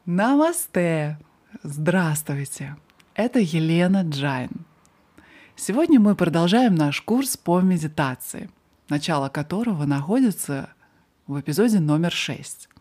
Намасте! Здравствуйте! Это Елена Джайн. Сегодня мы продолжаем наш курс по медитации, начало которого находится в эпизоде номер 6.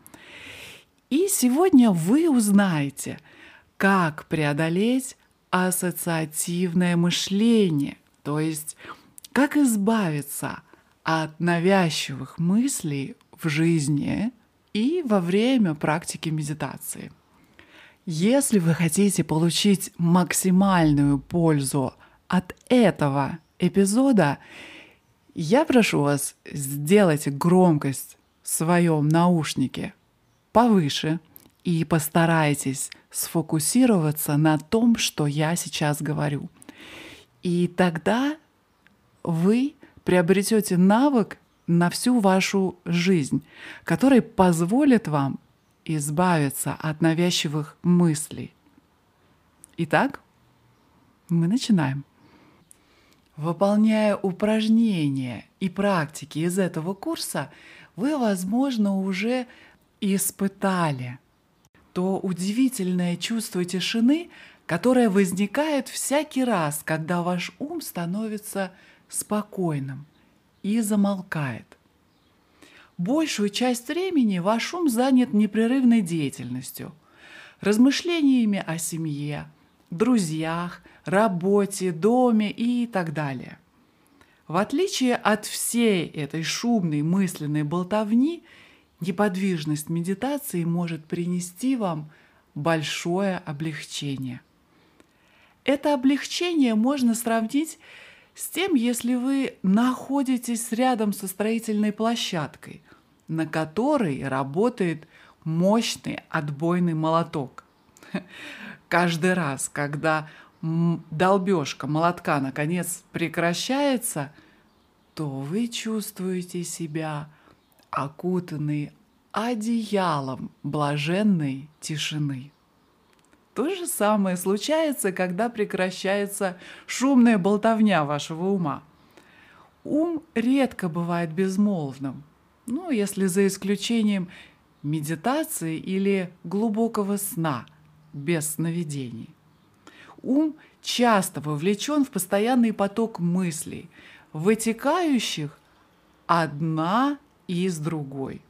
И сегодня вы узнаете, как преодолеть ассоциативное мышление, то есть как избавиться от навязчивых мыслей в жизни и во время практики медитации. Если вы хотите получить максимальную пользу от этого эпизода, я прошу вас сделать громкость в своем наушнике повыше и постарайтесь сфокусироваться на том, что я сейчас говорю. И тогда вы приобретете навык на всю вашу жизнь, который позволит вам избавиться от навязчивых мыслей. Итак, мы начинаем. Выполняя упражнения и практики из этого курса, вы, возможно, уже испытали то удивительное чувство тишины, которое возникает всякий раз, когда ваш ум становится спокойным и замолкает. Большую часть времени ваш ум занят непрерывной деятельностью, размышлениями о семье, друзьях, работе, доме и так далее. В отличие от всей этой шумной мысленной болтовни, неподвижность медитации может принести вам большое облегчение. Это облегчение можно сравнить с тем, если вы находитесь рядом со строительной площадкой, на которой работает мощный отбойный молоток. Каждый раз, когда долбежка молотка наконец прекращается, то вы чувствуете себя окутанной одеялом блаженной тишины. То же самое случается, когда прекращается шумная болтовня вашего ума. Ум редко бывает безмолвным, если за исключением медитации или глубокого сна, без сновидений. Ум часто вовлечен в постоянный поток мыслей, вытекающих одна из другой.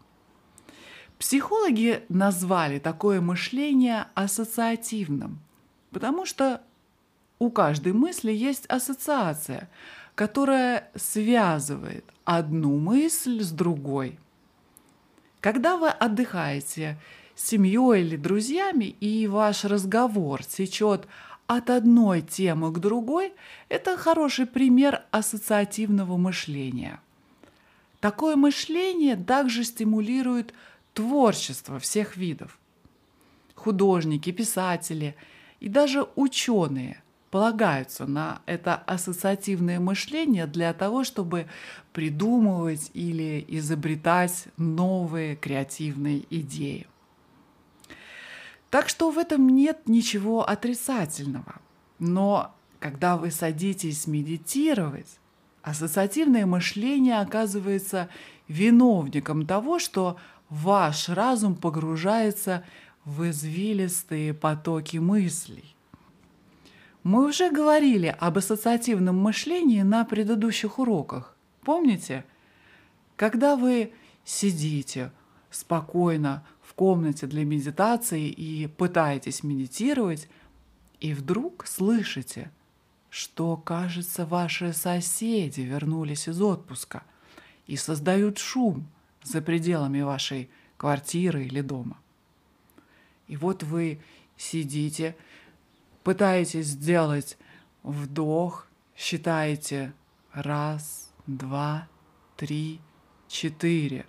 Психологи назвали такое мышление ассоциативным, потому что у каждой мысли есть ассоциация, которая связывает одну мысль с другой. Когда вы отдыхаете с семьей или друзьями, и ваш разговор течет от одной темы к другой, это хороший пример ассоциативного мышления. Такое мышление также стимулирует творчество всех видов. Художники, писатели и даже ученые полагаются на это ассоциативное мышление для того, чтобы придумывать или изобретать новые креативные идеи. Так что в этом нет ничего отрицательного. Но когда вы садитесь медитировать, ассоциативное мышление оказывается виновником того, что ваш разум погружается в извилистые потоки мыслей. Мы уже говорили об ассоциативном мышлении на предыдущих уроках. Помните? Когда вы сидите спокойно в комнате для медитации и пытаетесь медитировать, и вдруг слышите, что, кажется, ваши соседи вернулись из отпуска и создают шум за пределами вашей квартиры или дома. И вот вы сидите, пытаетесь сделать вдох, считаете 1, 2, 3, 4.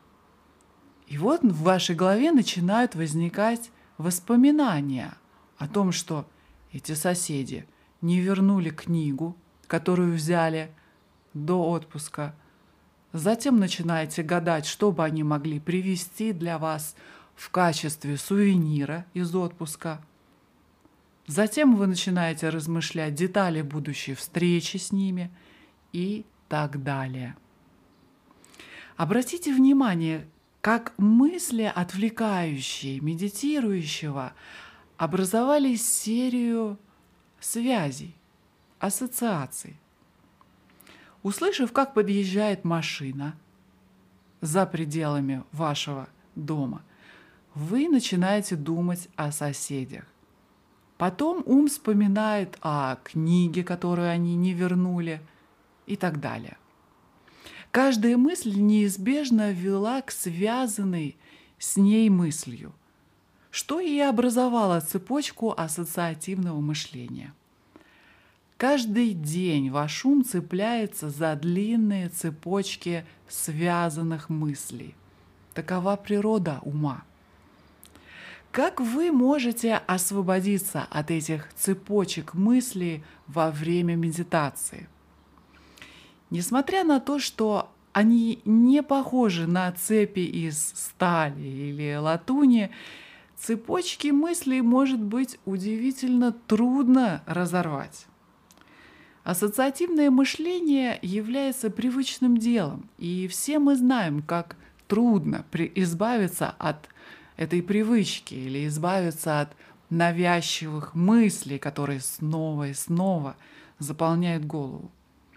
И вот в вашей голове начинают возникать воспоминания о том, что эти соседи не вернули книгу, которую взяли до отпуска. Затем начинаете гадать, что бы они могли привезти для вас в качестве сувенира из отпуска. Затем вы начинаете размышлять детали будущей встречи с ними и так далее. Обратите внимание, как мысли, отвлекающие медитирующего, образовали серию связей, ассоциаций. Услышав, как подъезжает машина за пределами вашего дома, вы начинаете думать о соседях. Потом ум вспоминает о книге, которую они не вернули, и так далее. Каждая мысль неизбежно вела к связанной с ней мыслью, что и образовало цепочку ассоциативного мышления. Каждый день ваш ум цепляется за длинные цепочки связанных мыслей. Такова природа ума. Как вы можете освободиться от этих цепочек мыслей во время медитации? Несмотря на то, что они не похожи на цепи из стали или латуни, цепочки мыслей может быть удивительно трудно разорвать. Ассоциативное мышление является привычным делом, и все мы знаем, как трудно избавиться от этой привычки или избавиться от навязчивых мыслей, которые снова и снова заполняют голову.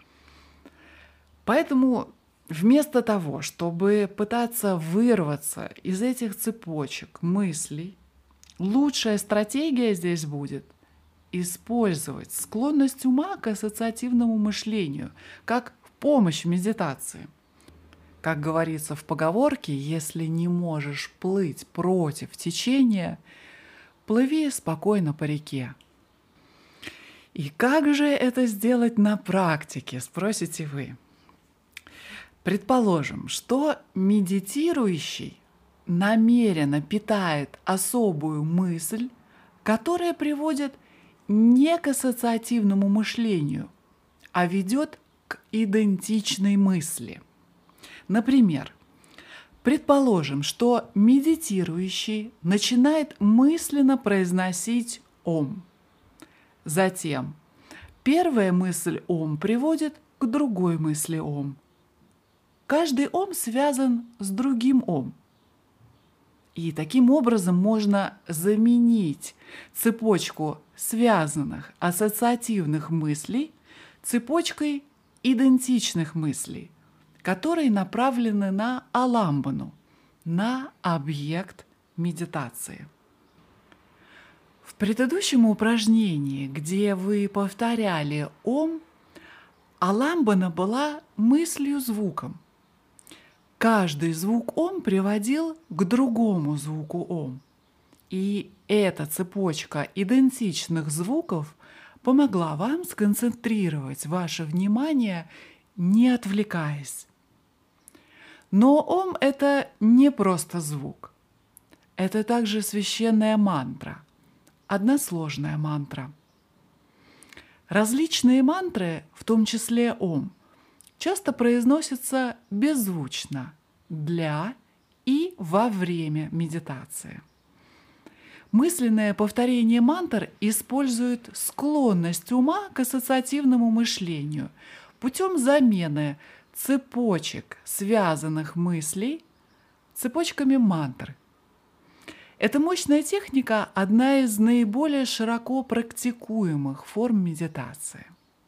Поэтому вместо того, чтобы пытаться вырваться из этих цепочек мыслей, лучшая стратегия здесь будет использовать склонность ума к ассоциативному мышлению как помощь в медитации. Как говорится в поговорке, если не можешь плыть против течения, плыви спокойно по реке. И как же это сделать на практике, спросите вы? Предположим, что медитирующий намеренно питает особую мысль, которая приводит не к ассоциативному мышлению, а ведет к идентичной мысли. Например, предположим, что медитирующий начинает мысленно произносить «Ом». Затем первая мысль «Ом» приводит к другой мысли «Ом». Каждый «Ом» связан с другим «Ом». И таким образом можно заменить цепочку связанных ассоциативных мыслей цепочкой идентичных мыслей, которые направлены на аламбану, на объект медитации. В предыдущем упражнении, где вы повторяли «Ом», аламбана была мыслью-звуком. Каждый звук «Ом» приводил к другому звуку «Ом». И эта цепочка идентичных звуков помогла вам сконцентрировать ваше внимание, не отвлекаясь. Но «Ом» — это не просто звук. Это также священная мантра, односложная мантра. Различные мантры, в том числе «Ом», часто произносятся беззвучно для и во время медитации. Мысленное повторение мантр использует склонность ума к ассоциативному мышлению путем замены цепочек связанных мыслей цепочками мантр. Эта мощная техника – одна из наиболее широко практикуемых форм медитации.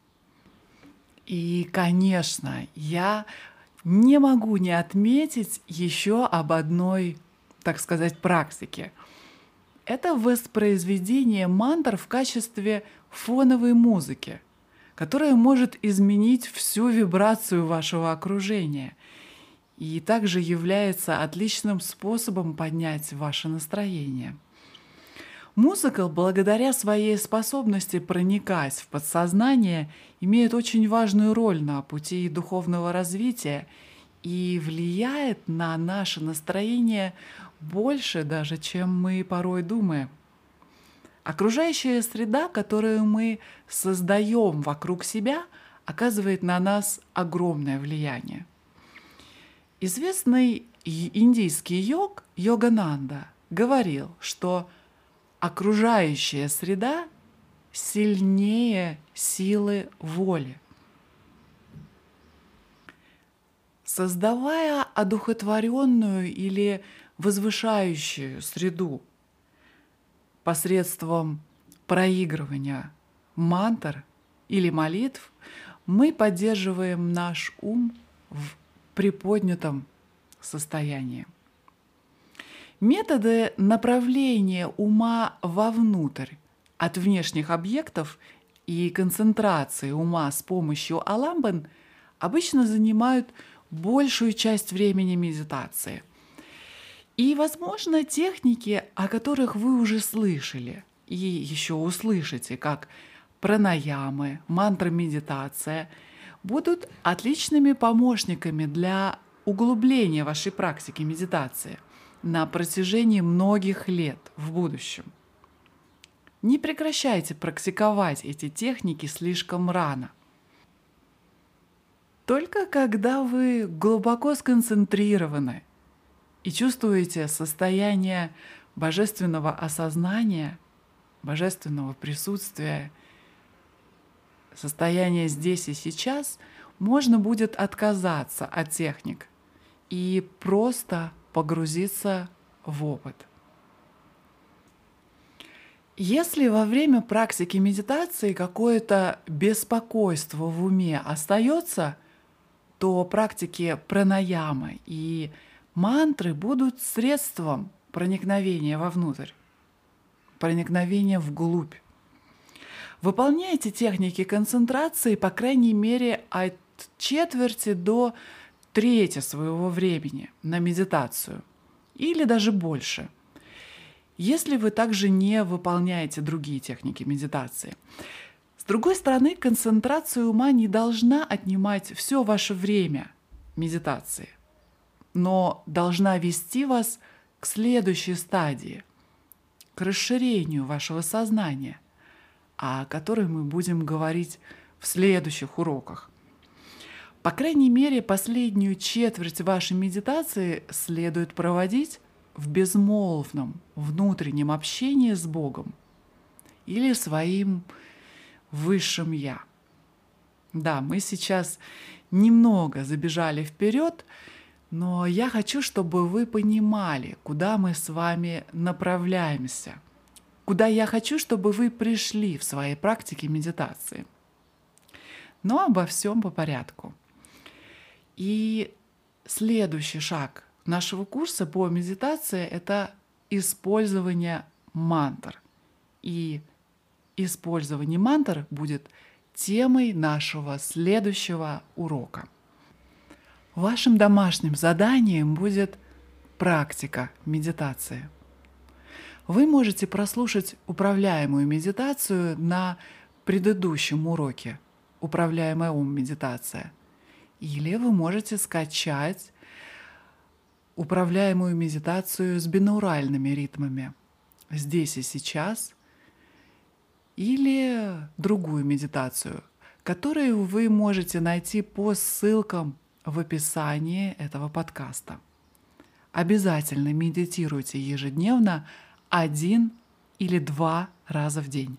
И, конечно, я не могу не отметить еще об одной, так сказать, практике. Это воспроизведение мантр в качестве фоновой музыки, которая может изменить всю вибрацию вашего окружения и также является отличным способом поднять ваше настроение. Музыка, благодаря своей способности проникать в подсознание, имеет очень важную роль на пути духовного развития и влияет на наше настроение больше даже, чем мы порой думаем. Окружающая среда, которую мы создаем вокруг себя, оказывает на нас огромное влияние. Известный индийский йог Йогананда говорил, что окружающая среда сильнее силы воли. создавая одухотворенную или возвышающую среду посредством проигрывания мантр или молитв, мы поддерживаем наш ум в приподнятом состоянии. Методы направления ума вовнутрь от внешних объектов и концентрации ума с помощью аламбан обычно занимают большую часть времени медитации. И, возможно, техники, о которых вы уже слышали и еще услышите, как пранаямы, мантра-медитация, будут отличными помощниками для углубления вашей практики медитации на протяжении многих лет в будущем. Не прекращайте практиковать эти техники слишком рано. Только когда вы глубоко сконцентрированы и чувствуете состояние божественного осознания, божественного присутствия, состояние здесь и сейчас, можно будет отказаться от техник и просто погрузиться в опыт. Если во время практики медитации какое-то беспокойство в уме остается, то практики пранаямы и мантры будут средством проникновения вовнутрь, проникновения вглубь. Выполняйте техники концентрации, по крайней мере, от четверти до трети своего времени на медитацию, или даже больше, если вы также не выполняете другие техники медитации. С другой стороны, концентрация ума не должна отнимать все ваше время медитации, но должна вести вас к следующей стадии, к расширению вашего сознания, о которой мы будем говорить в следующих уроках. По крайней мере, последнюю четверть вашей медитации следует проводить в безмолвном внутреннем общении с Богом или своим Высшим Я. Да, мы сейчас немного забежали вперед, но я хочу, чтобы вы понимали, куда мы с вами направляемся, куда я хочу, чтобы вы пришли в своей практике медитации. Но обо всем по порядку. И следующий шаг нашего курса по медитации — это использование мантр. И использование мантр будет темой нашего следующего урока. Вашим домашним заданием будет практика медитации. Вы можете прослушать управляемую медитацию на предыдущем уроке «Управляемая ум-медитация». Или вы можете скачать управляемую медитацию с бинауральными ритмами «Здесь и сейчас», или другую медитацию, которую вы можете найти по ссылкам в описании этого подкаста. Обязательно медитируйте ежедневно 1 или 2 раза в день.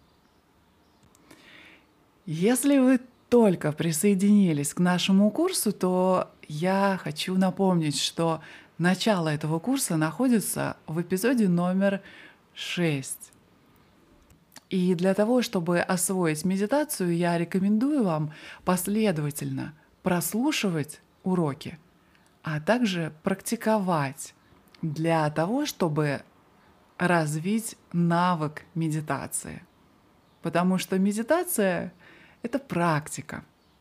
Если вы только присоединились к нашему курсу, то я хочу напомнить, что начало этого курса находится в эпизоде номер 6. И для того, чтобы освоить медитацию, я рекомендую вам последовательно прослушивать уроки, а также практиковать для того, чтобы развить навык медитации. Потому что медитация — это практика.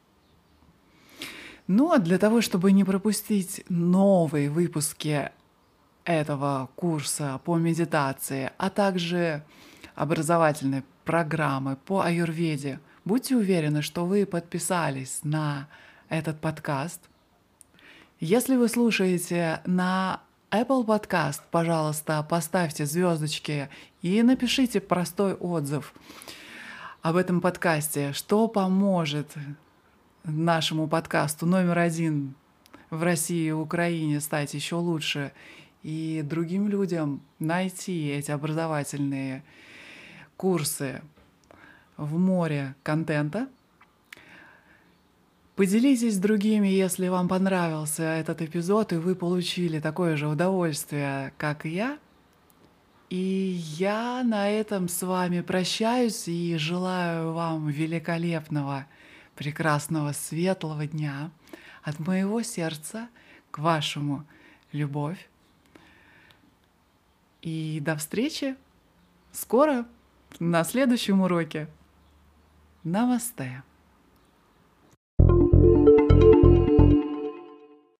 Но для того, чтобы не пропустить новые выпуски этого курса по медитации, а также образовательной программы по аюрведе, будьте уверены, что вы подписались на этот подкаст. Если вы слушаете на Apple Podcast, пожалуйста, поставьте звездочки и напишите простой отзыв об этом подкасте, что поможет нашему подкасту номер 1 в России и Украине стать еще лучше и другим людям найти эти образовательные курсы в море контента. Поделитесь с другими, если вам понравился этот эпизод, и вы получили такое же удовольствие, как и я. И я на этом с вами прощаюсь и желаю вам великолепного, прекрасного, светлого дня от моего сердца к вашему любовь. И до встречи скоро на следующем уроке. Намасте.